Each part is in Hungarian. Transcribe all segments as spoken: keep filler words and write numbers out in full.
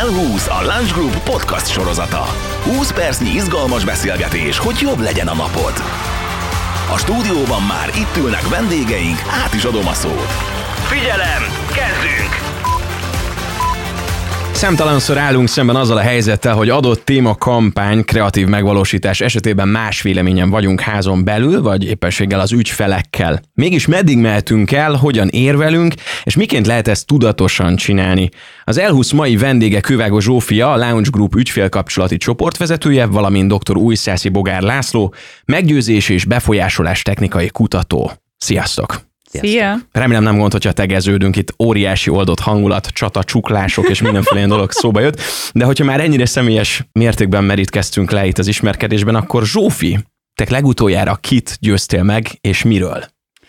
el húsz a Lunch Group podcast sorozata. húsz percnyi izgalmas beszélgetés, hogy jobb legyen a napod. A stúdióban már itt ülnek vendégeink, át is adom a szót. Figyelem, kezdünk! Számtalanszor állunk szemben azzal a helyzettel, hogy adott téma, kampány, kreatív megvalósítás esetében más véleményen vagyunk házon belül, vagy éppenséggel az ügyfelekkel. Mégis meddig mehetünk el, hogyan érvelünk, és miként lehet ezt tudatosan csinálni? Az el húsz mai vendége Kővágó Zsófia, a Launch Group ügyfélkapcsolati csoportvezetője, valamint dr. Újszászi Bogár László, meggyőzés és befolyásolás technikai kutató. Sziasztok! Szia! Remélem nem gond, hogyha tegeződünk, itt óriási oldott hangulat, csata, csuklások és mindenféle ilyen dolog szóba jött, de hogyha már ennyire személyes mértékben merítkeztünk le itt az ismerkedésben, akkor Zsófi, te legutoljára kit győztél meg, és miről?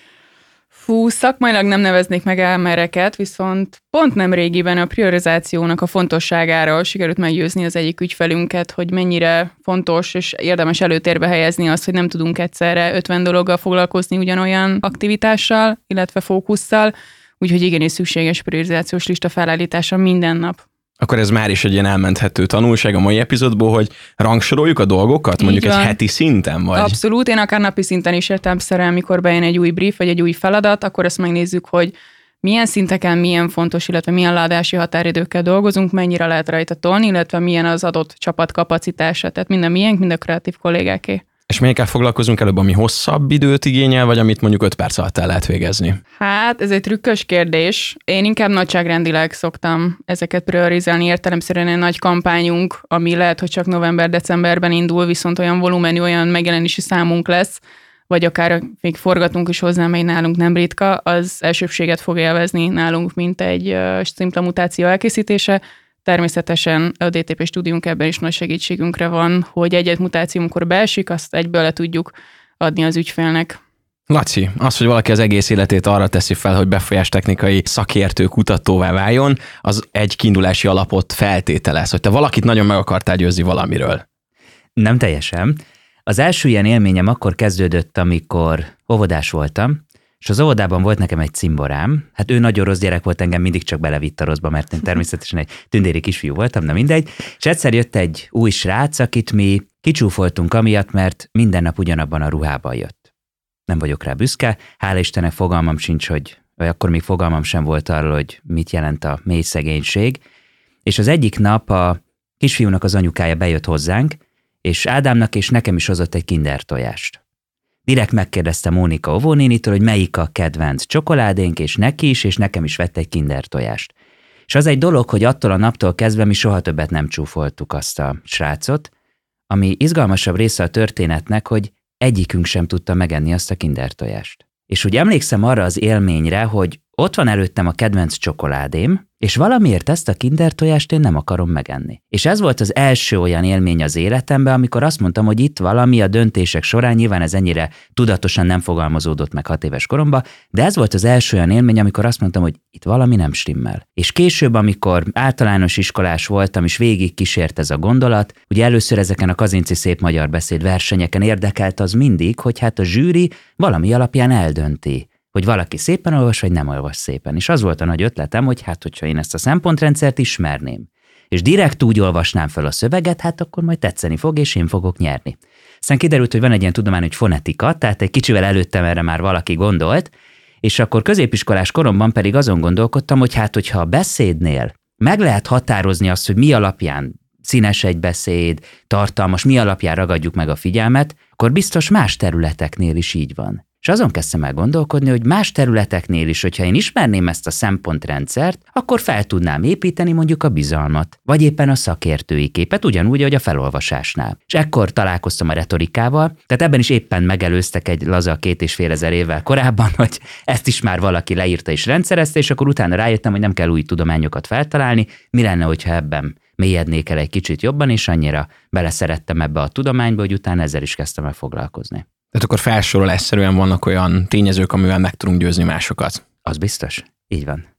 Fú, szakmailag nem neveznék meg elmereket, viszont pont nem régiben a priorizációnak a fontosságáról sikerült meggyőzni az egyik ügyfelünket, hogy mennyire fontos és érdemes előtérbe helyezni azt, hogy nem tudunk egyszerre ötven dologgal foglalkozni ugyanolyan aktivitással, illetve fókusszal, úgyhogy igenis szükséges priorizációs lista felállítása minden nap. Akkor ez már is egy ilyen elmenthető tanulság a mai epizódból, hogy rangsoroljuk a dolgokat, Így mondjuk van. egy heti szinten, vagy? Abszolút, én akár napi szinten is értelemszerűen, amikor bejön egy új brief, vagy egy új feladat, akkor azt megnézzük, hogy milyen szinteken, milyen fontos, illetve milyen leadási határidőkkel dolgozunk, mennyire lehet rajta tolni, illetve milyen az adott csapat kapacitása. Tehát minden miénk, mind a kreatív kollégáké. És melyikkel foglalkozunk előbb, ami hosszabb időt igényel, vagy amit mondjuk öt perc alatt el lehet végezni? Hát, ez egy trükkös kérdés. Én inkább nagyságrendileg szoktam ezeket priorizálni. Értelemszerűen egy nagy kampányunk, ami lehet, hogy csak november-decemberben indul, viszont olyan volumenű, olyan megjelenési számunk lesz, vagy akár még forgatunk is hozzá, mely nálunk nem ritka, az elsőbséget fog élvezni nálunk, mint egy uh, szimpla mutáció elkészítése. Természetesen a dé té pé stúdiónk ebben is nagy segítségünkre van, hogy egy-egy mutáció, amikor beesik, azt egyből le tudjuk adni az ügyfélnek. Laci, az, hogy valaki az egész életét arra teszi fel, hogy befolyástechnikai szakértő, kutatóvá váljon, az egy kiindulási alapot feltételez, hogy te valakit nagyon meg akartál győzni valamiről. Nem teljesen. Az első ilyen élményem akkor kezdődött, amikor óvodás voltam, és az óvodában volt nekem egy cimborám, hát ő nagyon rossz gyerek volt, engem mindig csak belevitt a rosszba, mert én természetesen egy tündéri kisfiú voltam, de mindegy, és egyszer jött egy új srác, akit mi kicsúfoltunk amiatt, mert minden nap ugyanabban a ruhában jött. Nem vagyok rá büszke, hála Istennek fogalmam sincs, hogy, vagy akkor még fogalmam sem volt arról, hogy mit jelent a mély szegénység, és az egyik nap a kisfiúnak az anyukája bejött hozzánk, és Ádámnak és nekem is hozott egy kinder tojást. Direkt megkérdezte Mónika óvónénitől, hogy melyik a kedvenc csokoládénk, és neki is, és nekem is vett egy kinder tojást. És az egy dolog, hogy attól a naptól kezdve mi soha többet nem csúfoltuk azt a srácot, ami izgalmasabb része a történetnek, hogy egyikünk sem tudta megenni azt a kinder tojást. És úgy emlékszem arra az élményre, hogy ott van előttem a kedvenc csokoládém, és valamiért ezt a kinder tojást én nem akarom megenni. És ez volt az első olyan élmény az életemben, amikor azt mondtam, hogy itt valami a döntések során, nyilván ez ennyire tudatosan nem fogalmazódott meg hat éves koromban, de ez volt az első olyan élmény, amikor azt mondtam, hogy itt valami nem stimmel. És később, amikor általános iskolás voltam, és végig kísért ez a gondolat, ugye először ezeken a Kazinczy szép magyar beszéd versenyeken érdekelt az mindig, hogy hát a zsűri valami alapján eldönti, hogy valaki szépen olvas, vagy nem olvas szépen. És az volt a nagy ötletem, hogy hát, hogyha én ezt a szempontrendszert ismerném, és direkt úgy olvasnám fel a szöveget, hát akkor majd tetszeni fog, és én fogok nyerni. Aztán kiderült, hogy van egy ilyen tudomány, hogy fonetika, tehát egy kicsivel előttem erre már valaki gondolt, és akkor középiskolás koromban pedig azon gondolkodtam, hogy hát, hogyha a beszédnél meg lehet határozni azt, hogy mi alapján színes egy beszéd, tartalmas, mi alapján ragadjuk meg a figyelmet, akkor biztos más területeknél is így van. És azon kezdtem el gondolkodni, hogy más területeknél is, hogyha én ismerném ezt a szempontrendszert, akkor fel tudnám építeni mondjuk a bizalmat, vagy éppen a szakértői képet, ugyanúgy, ahogy a felolvasásnál. És ekkor találkoztam a retorikával, tehát ebben is éppen megelőztek egy laza két és fél ezer évvel korábban, hogy ezt is már valaki leírta és rendszerezte, és akkor utána rájöttem, hogy nem kell új tudományokat feltalálni, mi lenne, hogyha ebben mélyednék el egy kicsit jobban, és annyira beleszerettem ebbe a tudományba, hogy utána ezzel is kezdtem el foglalkozni. Tehát akkor felsorolásszerűen vannak olyan tényezők, amivel meg tudunk győzni másokat. Az biztos. Így van.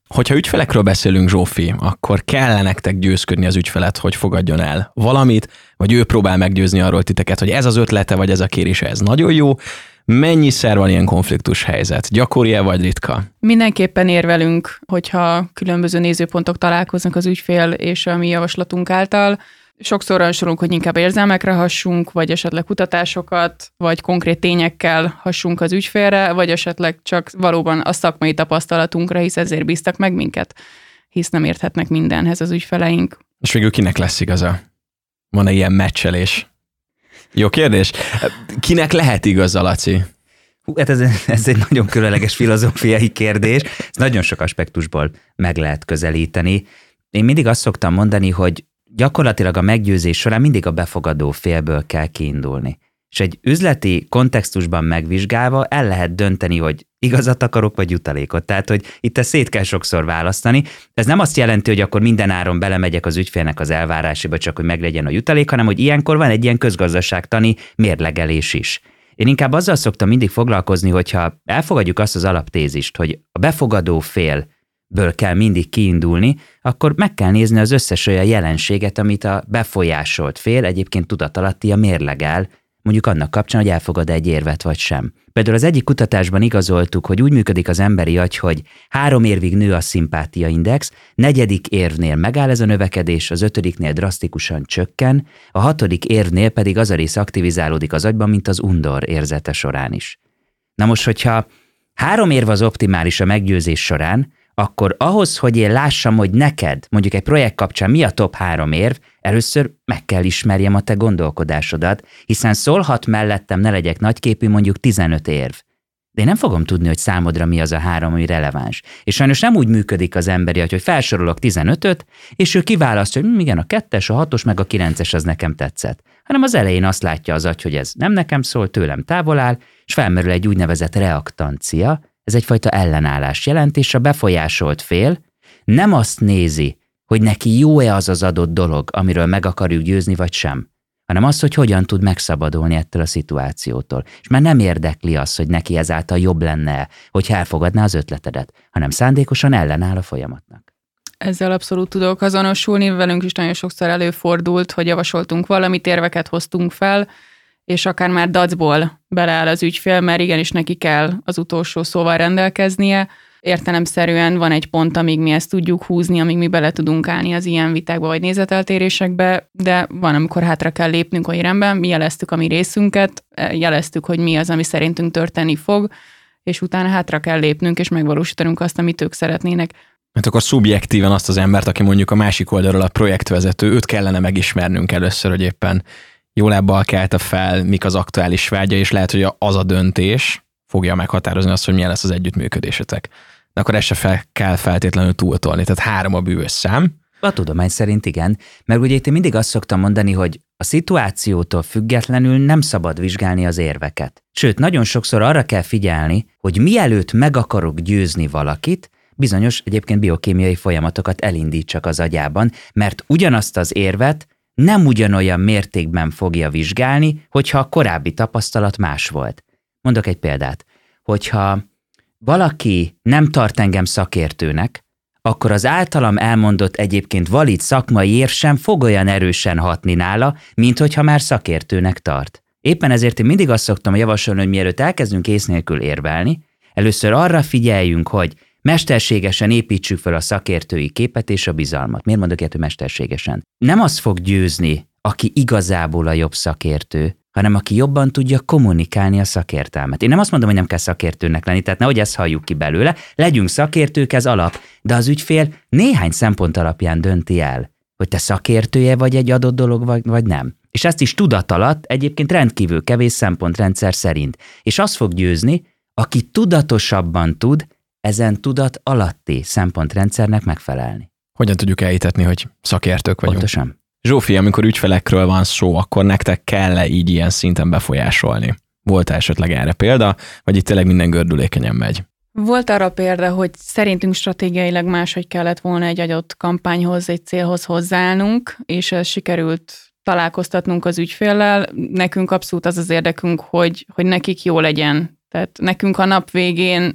Hogyha ügyfelekről beszélünk, Zsófi, akkor kell nektek győzködni az ügyfelet, hogy fogadjon el valamit, vagy ő próbál meggyőzni arról titeket, hogy ez az ötlete, vagy ez a kérése, ez nagyon jó. Mennyiszer van ilyen konfliktus helyzet? Gyakori-e vagy ritka? Mindenképpen érvelünk, hogyha különböző nézőpontok találkoznak az ügyfél és a mi javaslatunk által. Sokszor olyan sorunk, hogy inkább érzelmekre hassunk, vagy esetleg kutatásokat, vagy konkrét tényekkel hassunk az ügyfélre, vagy esetleg csak valóban a szakmai tapasztalatunkra, hisz ezért bíztak meg minket, hisz nem érthetnek mindenhez az ügyfeleink. És végül kinek lesz igaza? Van-e ilyen meccselés? Jó kérdés. Kinek lehet igaza, Laci? Hú, hát ez, ez egy nagyon különleges filozófiai kérdés. Ezt nagyon sok aspektusból meg lehet közelíteni. Én mindig azt szoktam mondani, hogy gyakorlatilag a meggyőzés során mindig a befogadó félből kell kiindulni. És egy üzleti kontextusban megvizsgálva el lehet dönteni, hogy igazat akarok, vagy jutalékot. Tehát, hogy itt ezt szét kell sokszor választani. Ez nem azt jelenti, hogy akkor minden áron belemegyek az ügyfélnek az elvárásába, csak hogy meglegyen a jutalék, hanem hogy ilyenkor van egy ilyen közgazdaságtani mérlegelés is. Én inkább azzal szoktam mindig foglalkozni, hogyha elfogadjuk azt az alaptézist, hogy a befogadó fél ből kell mindig kiindulni, akkor meg kell nézni az összes olyan jelenséget, amit a befolyásolt fél egyébként tudatalattia mérlegel, mondjuk annak kapcsán, hogy elfogad egy érvet vagy sem. Például az egyik kutatásban igazoltuk, hogy úgy működik az emberi agy, hogy három érvig nő a szimpátiaindex, negyedik érvnél megáll ez a növekedés, az ötödiknél drasztikusan csökken, a hatodik érvnél pedig az a rész aktivizálódik az agyban, mint az undor érzete során is. Na most, hogyha három érv az optimális a meggyőzés során, akkor ahhoz, hogy én lássam, hogy neked, mondjuk egy projekt kapcsán mi a top három érv, először meg kell ismerjem a te gondolkodásodat, hiszen szólhat mellettem, ne legyek nagyképű, mondjuk tizenöt érv. De én nem fogom tudni, hogy számodra mi az a három, ami releváns. És sajnos nem úgy működik az emberi agy, hogy felsorolok tizenötöt, és ő kiválasztja, hogy igen, a kettes, a hatos, meg a kilences az nekem tetszett. Hanem az elején azt látja az agy, hogy ez nem nekem szól, tőlem távol áll, és felmerül egy úgynevezett reaktancia. Ez egyfajta ellenállás jelent, és a befolyásolt fél nem azt nézi, hogy neki jó-e az az adott dolog, amiről meg akarjuk győzni, vagy sem, hanem az, hogy hogyan tud megszabadulni ettől a szituációtól. És már nem érdekli az, hogy neki ezáltal jobb lenne, hogy elfogadná az ötletedet, hanem szándékosan ellenáll a folyamatnak. Ezzel abszolút tudok azonosulni, velünk is nagyon sokszor előfordult, hogy javasoltunk valamit, érveket hoztunk fel, és akár már dacból beleáll az ügyfél, mert igenis neki kell az utolsó szóval rendelkeznie. Értelemszerűen van egy pont, amíg mi ezt tudjuk húzni, amíg mi bele tudunk állni az ilyen vitákba vagy nézeteltérésekbe, de van, amikor hátra kell lépnünk a irányban, mi jeleztük a mi részünket, jeleztük, hogy mi az, ami szerintünk történni fog, és utána hátra kell lépnünk, és megvalósítanunk azt, amit ők szeretnének. Hát akkor szubjektíven azt az embert, aki mondjuk a másik oldalról a projektvezető, őt kellene megismernünk először, hogy éppen jó lábbal kelte fel, mik az aktuális vágya, és lehet, hogy az a döntés fogja meghatározni azt, hogy milyen lesz az együttműködésetek. De akkor ezt se fel kell feltétlenül túltolni. Tehát három a bűvös szám. A tudomány szerint igen, mert ugye itt én mindig azt szoktam mondani, hogy a szituációtól függetlenül nem szabad vizsgálni az érveket. Sőt, nagyon sokszor arra kell figyelni, hogy mielőtt meg akarok győzni valakit, bizonyos egyébként biokémiai folyamatokat elindítsak az agyában, mert ugyanazt az érvet nem ugyanolyan mértékben fogja vizsgálni, hogyha a korábbi tapasztalat más volt. Mondok egy példát. Hogyha valaki nem tart engem szakértőnek, akkor az általam elmondott egyébként valid szakmai érv sem fog olyan erősen hatni nála, mint hogyha már szakértőnek tart. Éppen ezért én mindig azt szoktam javasolni, hogy mielőtt elkezdünk ész nélkül érvelni, először arra figyeljünk, hogy mesterségesen építsük fel a szakértői képet és a bizalmat. Miért mondok ilyet, hogy mesterségesen? Nem az fog győzni, aki igazából a jobb szakértő, hanem aki jobban tudja kommunikálni a szakértelmet. Én nem azt mondom, hogy nem kell szakértőnek lenni, tehát nehogy ezt halljuk ki belőle, legyünk szakértők, ez alap, de az ügyfél néhány szempont alapján dönti el, hogy te szakértője vagy egy adott dolog, vagy, vagy nem. És ezt is tudat alatt egyébként rendkívül kevés szempontrendszer szerint. És az fog győzni, aki tudatosabban tud ezen tudat alatti szempontrendszernek megfelelni. Hogyan tudjuk elhitetni, hogy szakértők vagyunk? Pontosan. Zsófi, amikor ügyfelekről van szó, akkor nektek kell-e így ilyen szinten befolyásolni? Volt esetleg erre példa, vagy itt tényleg minden gördülékenyen megy? Volt arra példa, hogy szerintünk stratégiailag máshogy kellett volna egy adott kampányhoz, egy célhoz hozzáállnunk, és ez sikerült találkoztatnunk az ügyféllel. Nekünk abszolút az az érdekünk, hogy, hogy nekik jó legyen. Tehát nekünk a nap végén,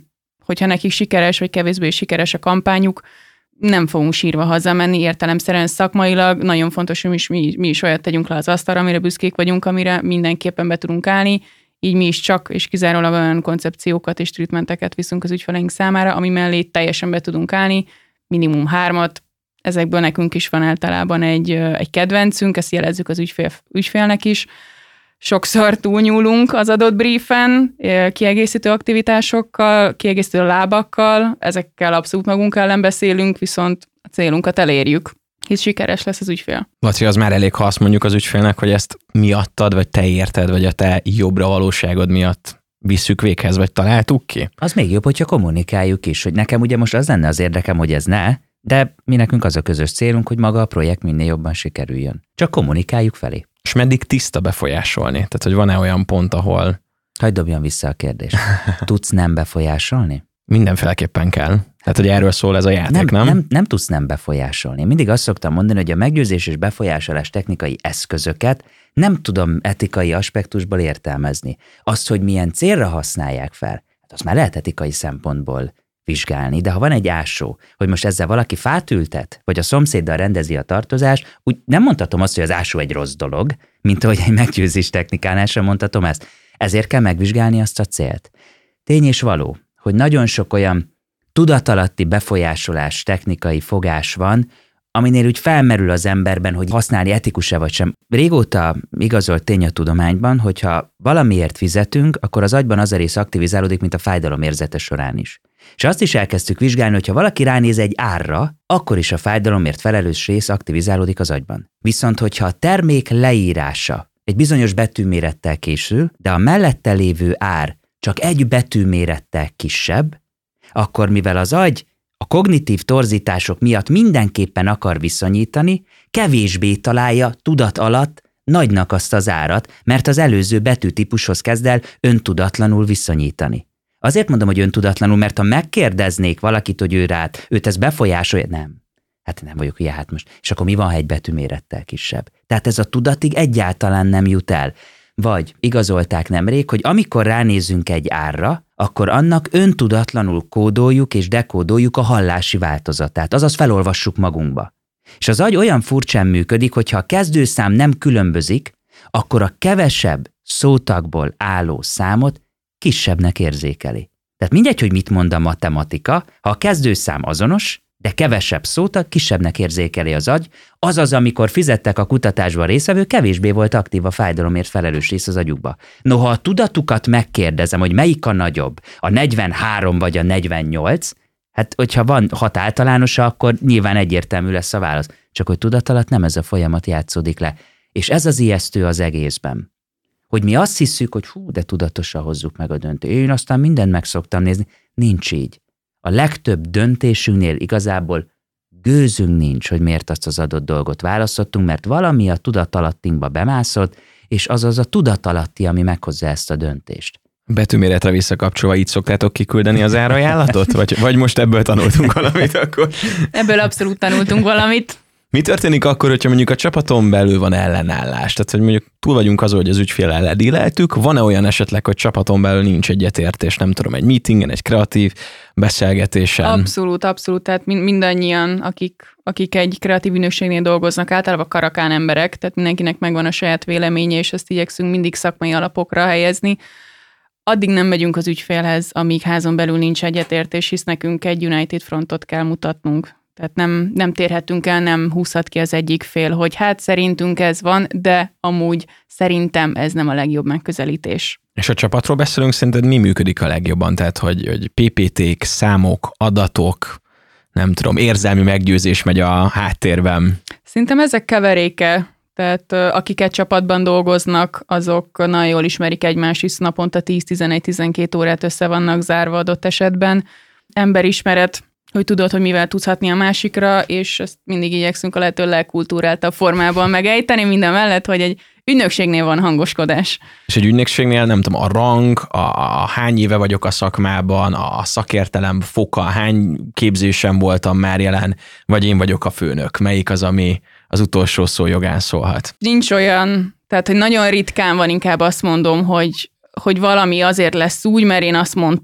hogyha nekik sikeres, vagy kevésbé sikeres a kampányuk, nem fogunk sírva hazamenni, értelemszerűen szakmailag. Nagyon fontos, hogy mi, mi is olyat tegyünk le az asztalra, amire büszkék vagyunk, amire mindenképpen be tudunk állni. Így mi is csak és kizárólag olyan koncepciókat és treatmenteket viszünk az ügyfeleink számára, ami mellé teljesen be tudunk állni, minimum hármat. Ezekből nekünk is van általában egy, egy kedvencünk, ezt jelezzük az ügyfél, ügyfélnek is. Sokszor túlnyúlunk az adott briefen, kiegészítő aktivitásokkal, kiegészítő lábakkal, ezekkel abszolút magunk ellen beszélünk, viszont a célunkat elérjük, hisz sikeres lesz az ügyfél. Laci, az már elég, ha azt mondjuk az ügyfélnek, hogy ezt miattad, vagy te érted, vagy a te jobbra valóságod miatt visszük véghez, vagy találtuk ki? Az még jobb, hogyha kommunikáljuk is, hogy nekem ugye most az lenne az érdekem, hogy ez ne, de mi nekünk az a közös célunk, hogy maga a projekt minél jobban sikerüljön. Csak kommunikáljuk felé. És meddig tiszta befolyásolni? Tehát, hogy van-e olyan pont, ahol... Hadd dobjam vissza a kérdést. Tudsz nem befolyásolni? Mindenféleképpen kell. Tehát, hogy erről szól ez a játék, nem? Nem, nem, nem tudsz nem befolyásolni. Mindig azt szoktam mondani, hogy a meggyőzés és befolyásolás technikai eszközöket nem tudom etikai aspektusból értelmezni. Azt, hogy milyen célra használják fel, hát azt már lehet etikai szempontból vizsgálni, de ha van egy ásó, hogy most ezzel valaki fát ültet, vagy a szomszéddal rendezi a tartozást, úgy nem mondhatom azt, hogy az ásó egy rossz dolog, mint ahogy egy meggyőzés technikánál sem mondhatom ezt. Ezért kell megvizsgálni azt a célt. Tény és való, hogy nagyon sok olyan tudatalatti befolyásolás technikai fogás van, aminél úgy felmerül az emberben, hogy használni etikus-e vagy sem. Régóta igazolt tény a tudományban, hogyha valamiért fizetünk, akkor az agyban az a rész aktivizálódik, mint a fájdalom érzete során is. És azt is elkezdtük vizsgálni, hogy ha valaki ránéz egy árra, akkor is a fájdalomért felelős rész aktivizálódik az agyban. Viszont, hogyha a termék leírása egy bizonyos betűmérettel készül, de a mellette lévő ár csak egy betűmérettel kisebb, akkor mivel az agy a kognitív torzítások miatt mindenképpen akar viszonyítani, kevésbé találja tudat alatt nagynak azt az árat, mert az előző betűtípushoz kezd el öntudatlanul viszonyítani. Azért mondom, hogy öntudatlanul, mert ha megkérdeznék valakit, hogy ő rád, őt ez befolyásolja, nem. Hát nem vagyok ilyen, hát most. És akkor mi van, ha egy betűmérettel kisebb? Tehát ez a tudatig egyáltalán nem jut el. Vagy igazolták nemrég, hogy amikor ránézünk egy árra, akkor annak öntudatlanul kódoljuk és dekódoljuk a hallási változatát, azaz felolvassuk magunkba. És az agy olyan furcsán működik, hogyha a kezdőszám nem különbözik, akkor a kevesebb szótagból álló számot kisebbnek érzékeli. Tehát mindegy, hogy mit mond a matematika, ha a kezdőszám azonos, de kevesebb szótag, kisebbnek érzékeli az agy, azaz, amikor fizettek a kutatásban részvevő, kevésbé volt aktív a fájdalomért felelős rész az agyukba. Noha a tudatukat megkérdezem, hogy melyik a nagyobb, a negyvenhárom vagy a negyvennyolc, hát hogyha van hat általánosa, akkor nyilván egyértelmű lesz a válasz. Csak hogy tudat alatt nem ez a folyamat játszódik le. És ez az ijesztő az egészben. Hogy mi azt hiszük, hogy hú, de tudatosan hozzuk meg a döntést. Én aztán mindent meg szoktam nézni. Nincs így. A legtöbb döntésünknél igazából gőzünk nincs, hogy miért azt az adott dolgot választottunk, mert valami a tudatalattinkba bemászott, és az az a tudatalatti, ami meghozza ezt a döntést. Betűméretre visszakapcsolva így szoktátok kiküldeni az árajánlatot? Vagy, vagy most ebből tanultunk valamit akkor? Ebből abszolút tanultunk valamit. Mi történik akkor, hogyha mondjuk a csapaton belül van ellenállás? Tehát, hogy mondjuk túl vagyunk azon, hogy az ügyféllel ledíleltük, van-e olyan esetleg, hogy csapaton belül nincs egyetértés, nem tudom, egy meetingen, egy kreatív beszélgetésen? Abszolút, abszolút. Tehát mindannyian, akik, akik egy kreatív ügynökségnél dolgoznak, általában karakán emberek, tehát mindenkinek megvan a saját véleménye, és ezt igyekszünk mindig szakmai alapokra helyezni. Addig nem megyünk az ügyfélhez, amíg házon belül nincs egyetértés, hisz nekünk egy United Frontot kell mutatnunk. Tehát nem, nem térhetünk el, nem húzhat ki az egyik fél, hogy hát szerintünk ez van, de amúgy szerintem ez nem a legjobb megközelítés. És a csapatról beszélünk, szerinted mi működik a legjobban? Tehát, hogy, hogy pé pé té-k, számok, adatok, nem tudom, érzelmi meggyőzés megy a háttérben? Szerintem ezek keveréke. Tehát akik egy csapatban dolgoznak, azok nagyon jól ismerik egymást, hisz naponta tíz-tizenegy-tizenkét órát össze vannak zárva adott esetben. Emberismeret, hogy tudod, hogy mivel tudsz hatni a másikra, és ezt mindig igyekszünk a lehető legkultúráltabb formában megejteni, minden mellett, hogy egy ügynökségnél van hangoskodás. És egy ügynökségnél nem tudom, a rang, a, a hány éve vagyok a szakmában, a szakértelem foka, hány képzésen voltam már jelen, vagy én vagyok a főnök. Melyik az, ami az utolsó szó jogán szólhat? Nincs olyan, tehát hogy nagyon ritkán van, inkább azt mondom, hogy hogy valami azért lesz úgy, mert én azt mondtam.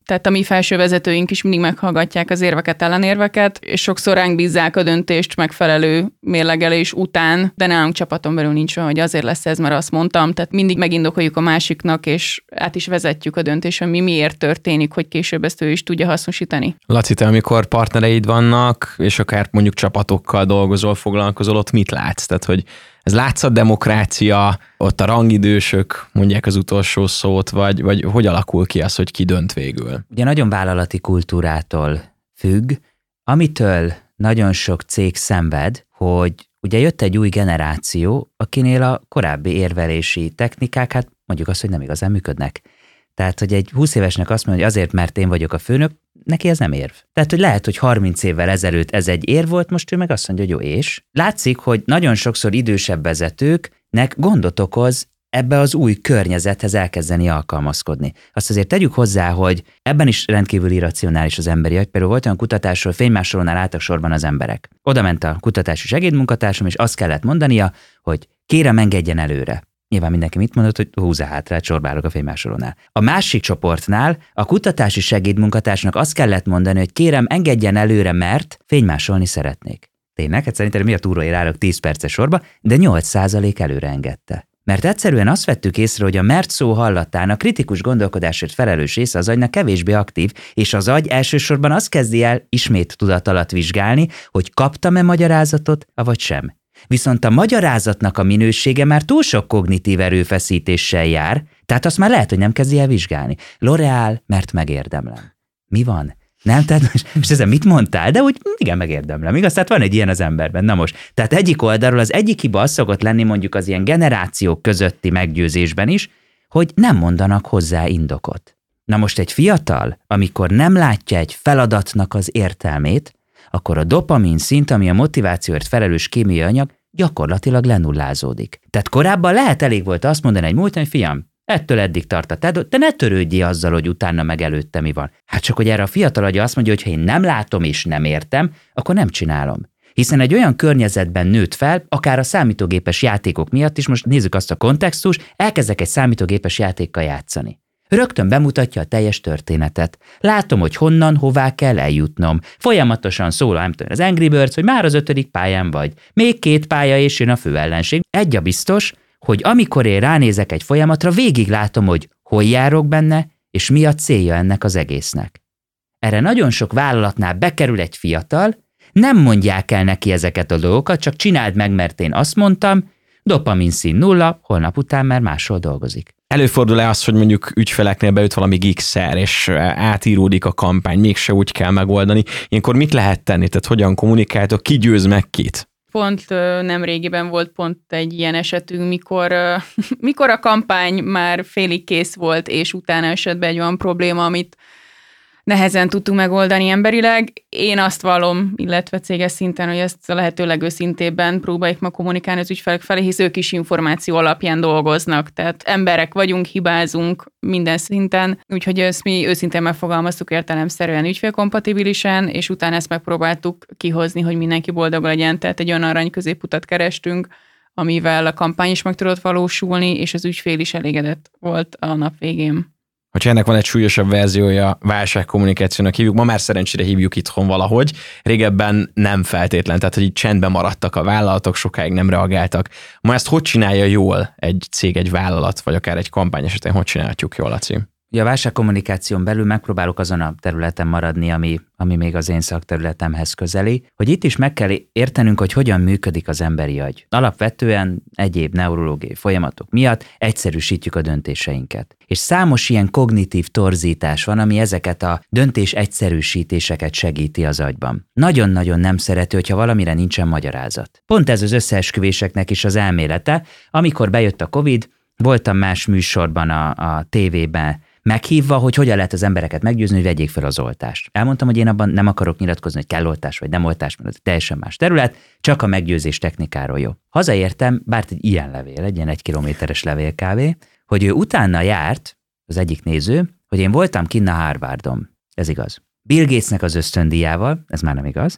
Tehát a mi felső vezetőink is mindig meghallgatják az érveket, ellenérveket, és sokszor ránk bízzák a döntést megfelelő mérlegelés után, de nálunk csapaton belül nincs olyan, hogy azért lesz ez, mert azt mondtam. Tehát mindig megindokoljuk a másiknak, és át is vezetjük a döntést, hogy mi miért történik, hogy később ezt ő is tudja hasznosítani. Laci, te amikor partnereid vannak, és akár mondjuk csapatokkal dolgozol, foglalkozol, ott mit látsz? Tehát, hogy ez látszat demokrácia, ott a rangidősök mondják az utolsó szót, vagy, vagy hogy alakul ki az, hogy ki dönt végül? Ugye nagyon vállalati kultúrától függ, amitől nagyon sok cég szenved, hogy ugye jött egy új generáció, akinél a korábbi érvelési technikák, hát mondjuk azt, hogy nem igazán működnek. Tehát, hogy egy húsz évesnek azt mondja, hogy azért, mert én vagyok a főnök, neki ez nem érv. Tehát, hogy lehet, hogy harminc évvel ezelőtt ez egy érv volt, most ő meg azt mondja, hogy jó, és? Látszik, hogy nagyon sokszor idősebb vezetőknek gondot okoz ebbe az új környezethez elkezdeni alkalmazkodni. Azt azért tegyük hozzá, hogy ebben is rendkívül irracionális az emberi agy. Például volt olyan kutatásról, fénymásolónál álltak sorban az emberek. Oda ment a kutatási segédmunkatársam, és azt kellett mondania, hogy kérem, engedjen előre. Nyilván mindenki mit mondott, hogy húzza hátra, sorba állok a fénymásolónál. A másik csoportnál a kutatási segédmunkatársnak azt kellett mondani, hogy kérem, engedjen előre, mert fénymásolni szeretnék. Tényleg? Hát szerintem mi a túróért állok tíz perces sorba, de nyolc százalék előre engedte. Mert egyszerűen azt vettük észre, hogy a mert szó hallatán a kritikus gondolkodásért felelős része az agynak kevésbé aktív, és az agy elsősorban azt kezdi el ismét tudat alatt vizsgálni, hogy kaptam-e magyarázatot, avagy sem. Viszont a magyarázatnak a minősége már túl sok kognitív erőfeszítéssel jár, tehát azt már lehet, hogy nem kezdi el vizsgálni. L'Oréal, mert megérdemlem. Mi van? Nem? Tehát most, most ezen mit mondtál? De úgy igen, megérdemlem. Igaz? Tehát van egy ilyen az emberben. Na most, tehát egyik oldalról az egyik hiba az szokott lenni mondjuk az ilyen generációk közötti meggyőzésben is, hogy nem mondanak hozzá indokot. Na most egy fiatal, amikor nem látja egy feladatnak az értelmét, akkor a dopamin szint, ami a motivációért felelős kémiai anyag, gyakorlatilag lenullázódik. Tehát korábban lehet elég volt azt mondani egy múltan, hogy fiam, ettől eddig tart a te, te ne törődjél azzal, hogy utána meg előtte mi van. Hát csak, hogy erre a fiatal agya azt mondja, hogy ha én nem látom és nem értem, akkor nem csinálom. Hiszen egy olyan környezetben nőtt fel, akár a számítógépes játékok miatt is, most nézzük azt a kontextust, elkezdek egy számítógépes játékkal játszani. Rögtön bemutatja a teljes történetet. Látom, hogy honnan, hová kell eljutnom. Folyamatosan szól, nem tudom, az Angry Birds, hogy már az ötödik pályán vagy. Még két pálya és jön a fő ellenség. Egy a biztos, hogy amikor én ránézek egy folyamatra, végig látom, hogy hol járok benne, és mi a célja ennek az egésznek. Erre nagyon sok vállalatnál bekerül egy fiatal, nem mondják el neki ezeket a dolgokat, csak csináld meg, mert én azt mondtam, dopamin szín nulla, holnap után már máshol dolgozik. Előfordul-e az, hogy mondjuk ügyfeleknél beüt valami gigszer, és átíródik a kampány, mégse úgy kell megoldani. Ilyenkor mit lehet tenni? Tehát hogyan kommunikáltok, ki győz meg kit? Pont nem régiben volt pont egy ilyen esetünk, mikor, mikor a kampány már félig kész volt, és utána esett be egy olyan probléma, amit nehezen tudtunk megoldani emberileg. Én azt vallom, illetve céges szinten, hogy ezt a lehető legőszintébben próbáljuk meg kommunikálni az ügyfelek felé, hisz ők is információ alapján dolgoznak. Tehát emberek vagyunk, hibázunk minden szinten, úgyhogy ezt mi őszintén megfogalmaztuk értelemszerűen ügyfélkompatibilisen, és utána ezt megpróbáltuk kihozni, hogy mindenki boldog legyen. Tehát egy olyan arany középutat kerestünk, amivel a kampány is meg tudott valósulni, és az ügyfél is elégedett volt a nap végén. Hogyha ennek van egy súlyosabb verziója, válságkommunikációnak hívjuk, ma már szerencsére hívjuk itthon valahogy, régebben nem feltétlen, tehát hogy így csendben maradtak a vállalatok, sokáig nem reagáltak. Ma ezt hogy csinálja jól egy cég, egy vállalat, vagy akár egy kampány esetén, hogy csinálhatjuk jól, Laci? Ja, a válságkommunikáción belül megpróbálok azon a területen maradni, ami, ami még az én szakterületemhez közeli, hogy itt is meg kell értenünk, hogy hogyan működik az emberi agy. Alapvetően egyéb neurológiai folyamatok miatt egyszerűsítjük a döntéseinket. És számos ilyen kognitív torzítás van, ami ezeket a döntés egyszerűsítéseket segíti az agyban. Nagyon-nagyon nem szerető, hogyha valamire nincsen magyarázat. Pont ez az összeesküvéseknek is az elmélete. Amikor bejött a Covid, voltam más műsorban a, a tévében, meghívva, hogy hogyan lehet az embereket meggyőzni, hogy vegyék fel az oltást. Elmondtam, hogy én abban nem akarok nyilatkozni, hogy kell oltás vagy nem oltás, mert ez teljesen más terület, csak a meggyőzés technikáról jó. Hazaértem, bár egy ilyen levél, egy ilyen egy kilométeres levél kávé, hogy ő utána járt, az egyik néző, hogy én voltam kinn a Harvardon. Ez igaz. Bill Gatesnek az ösztöndíjával, ez már nem igaz.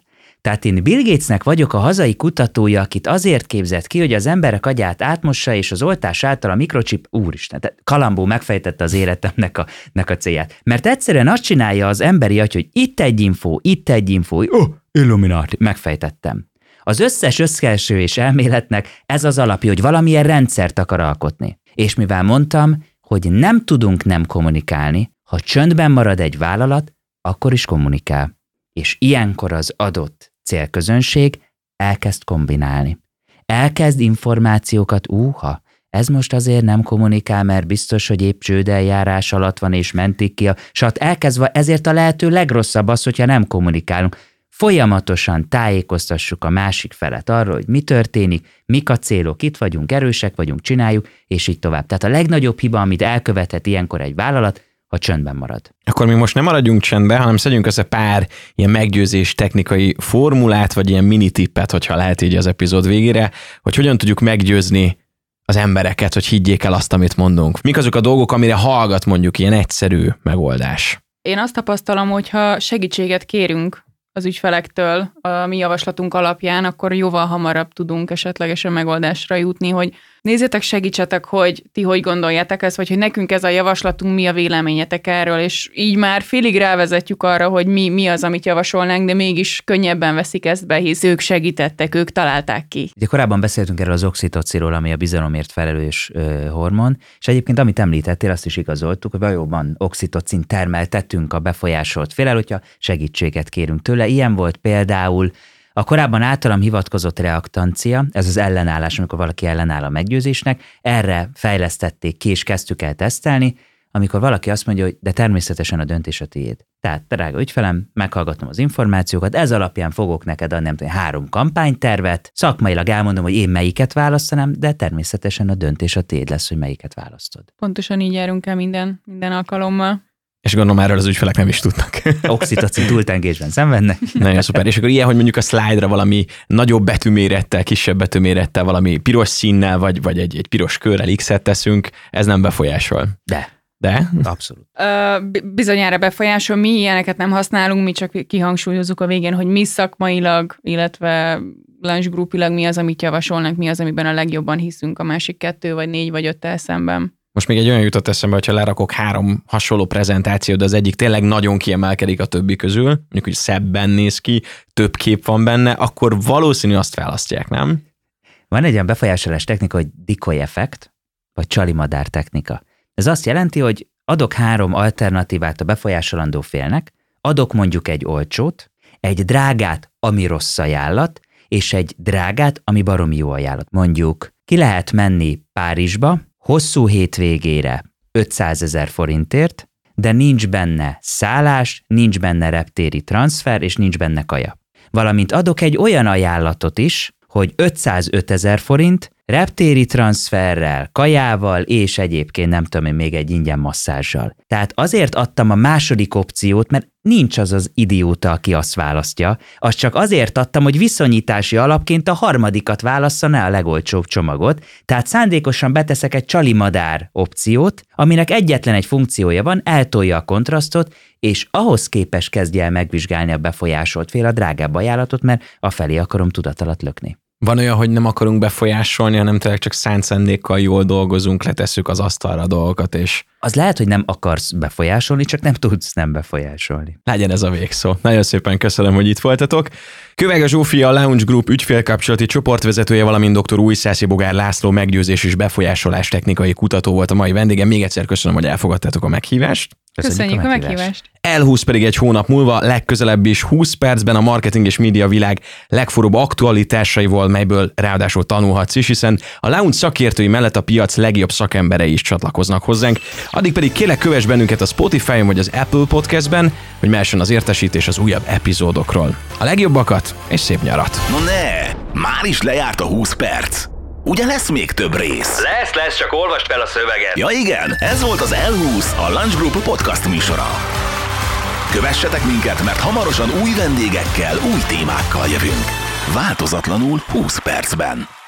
Tehát én Bill Gatesnek vagyok a hazai kutatója, akit azért képzett ki, hogy az emberek agyát átmossa, és az oltás által a mikrochip, úristen, tehát Kalambó megfejtette az életemnek a, nek a célját. Mert egyszerűen azt csinálja az emberi agy, hogy itt egy info, itt egy info, oh, Illuminati, megfejtettem. Az összes összeesküvés elméletnek ez az alapja, hogy valamilyen rendszert akar alkotni. És mivel mondtam, hogy nem tudunk nem kommunikálni, ha csöndben marad egy vállalat, akkor is kommunikál. És ilyenkor az adott célközönség elkezd kombinálni. Elkezd információkat, úha, ez most azért nem kommunikál, mert biztos, hogy épp csődeljárás alatt van, és mentik ki a sat. Elkezdve ezért a lehető legrosszabb az, hogyha nem kommunikálunk. Folyamatosan tájékoztassuk a másik felet arról, hogy mi történik, mik a célok, itt vagyunk, erősek vagyunk, csináljuk, és így tovább. Tehát a legnagyobb hiba, amit elkövethet ilyenkor egy vállalat, ha csöndben marad. Akkor mi most nem maradjunk csendben, hanem szedjünk össze pár ilyen meggyőzés technikai formulát, vagy ilyen mini tippet, hogyha lehet így az epizód végére, hogy hogyan tudjuk meggyőzni az embereket, hogy higgyék el azt, amit mondunk. Mik azok a dolgok, amire hallgat mondjuk ilyen egyszerű megoldás? Én azt tapasztalom, hogy ha segítséget kérünk az ügyfelektől a mi javaslatunk alapján, akkor jóval hamarabb tudunk esetlegesen megoldásra jutni, hogy nézzétek, segítsetek, hogy ti hogy gondoljátok ezt, vagy hogy nekünk ez a javaslatunk, mi a véleményetek erről, és így már félig rávezetjük arra, hogy mi, mi az, amit javasolnánk, de mégis könnyebben veszik ezt be, hisz ők segítettek, ők találták ki. Ugye korábban beszéltünk erről az oxitociról, ami a bizalomért felelős ö, hormon, és egyébként amit említettél, azt is igazoltuk, hogy valóban oxitocin termeltettünk a befolyásolt félel, hogyha segítséget kérünk tőle. Ilyen volt például a korábban általam hivatkozott reaktancia, ez az ellenállás, amikor valaki ellenáll a meggyőzésnek, erre fejlesztették ki, és kezdtük el tesztelni, amikor valaki azt mondja, hogy de természetesen a döntés a tiéd. Tehát, drága ügyfelem, meghallgatom az információkat, ez alapján fogok neked adni, nem tudom, három kampánytervet, szakmailag elmondom, hogy én melyiket választanám, de természetesen a döntés a tiéd lesz, hogy melyiket választod. Pontosan így járunk el minden, minden alkalommal. És gondolom erről az ügyfelek nem is tudnak. Oxitocin túltengésben szenvednek. Nagyon szuper. És akkor ilyen, hogy mondjuk a szlájdra valami nagyobb betűmérettel, kisebb betűmérettel, valami piros színnel, vagy, vagy egy, egy piros körrel X-et teszünk, ez nem befolyásol. De. De? Abszolút. Ö, bizonyára befolyásol, mi ilyeneket nem használunk, mi csak kihangsúlyozzuk a végén, hogy mi szakmailag, illetve lunch groupilag mi az, amit javasolnak, mi az, amiben a legjobban hiszünk a másik kettő, vagy négy, vagy öttel szemben. Most még egy olyan jutott eszembe, hogyha lerakok három hasonló prezentációt, de az egyik tényleg nagyon kiemelkedik a többi közül, mondjuk, hogy szebben néz ki, több kép van benne, akkor valószínű azt választják, nem? Van egy olyan befolyásolás technika, hogy decoy effekt, vagy csalimadár technika. Ez azt jelenti, hogy adok három alternatívát a befolyásolandó félnek, adok mondjuk egy olcsót, egy drágát, ami rossz ajánlat, és egy drágát, ami baromi jó ajánlat. Mondjuk ki lehet menni Párizsba, hosszú hétvégére ötszázezer forintért, de nincs benne szállás, nincs benne reptéri transfer, és nincs benne kaja. Valamint adok egy olyan ajánlatot is, hogy ötszázötezer forint, reptéri transferrel, kajával, és egyébként nem tudom én, még egy ingyen masszázsal. Tehát azért adtam a második opciót, mert nincs az az idióta, aki azt választja, azt csak azért adtam, hogy viszonyítási alapként a harmadikat válassza a legolcsóbb csomagot, tehát szándékosan beteszek egy csalimadár opciót, aminek egyetlen egy funkciója van, eltolja a kontrasztot, és ahhoz képest kezdje el megvizsgálni a befolyásolt fél a drágább ajánlatot, mert afelé akarom tudat alatt lökni. Van olyan, hogy nem akarunk befolyásolni, hanem tényleg csak szánt szándékkal jól dolgozunk, letesszük az asztalra a dolgokat, és... Az lehet, hogy nem akarsz befolyásolni, csak nem tudsz nem befolyásolni. Legyen ez a végszó. Nagyon szépen köszönöm, hogy itt voltatok. Kövege Zsófia, a Lounge Group ügyfélkapcsolati csoportvezetője, valamint doktor Újszászi Bogár László meggyőzés és befolyásolás technikai kutató volt a mai vendége. Még egyszer köszönöm, hogy elfogadtátok a meghívást. Köszönjük, Köszönjük a meghívást. meghívást. el húsz pedig egy hónap múlva, legközelebb is húsz percben a marketing és média világ legforróbb aktualitásaival, melyből ráadásul tanulhatsz is, hiszen a Lounge szakértői mellett a piac legjobb szakemberei is csatlakoznak hozzánk. Addig pedig kérlek, kövess bennünket a Spotify-on vagy az Apple Podcastben, hogy mehessen az értesítés az újabb epizódokról. A legjobbakat és szép nyarat! No ne! Már is lejárt a húsz perc! Ugye lesz még több rész? Lesz, lesz, csak olvasd fel a szöveget. Ja igen, ez volt az el húsz, a Lunch Group podcast műsora. Kövessetek minket, mert hamarosan új vendégekkel, új témákkal jövünk. Változatlanul húsz percben.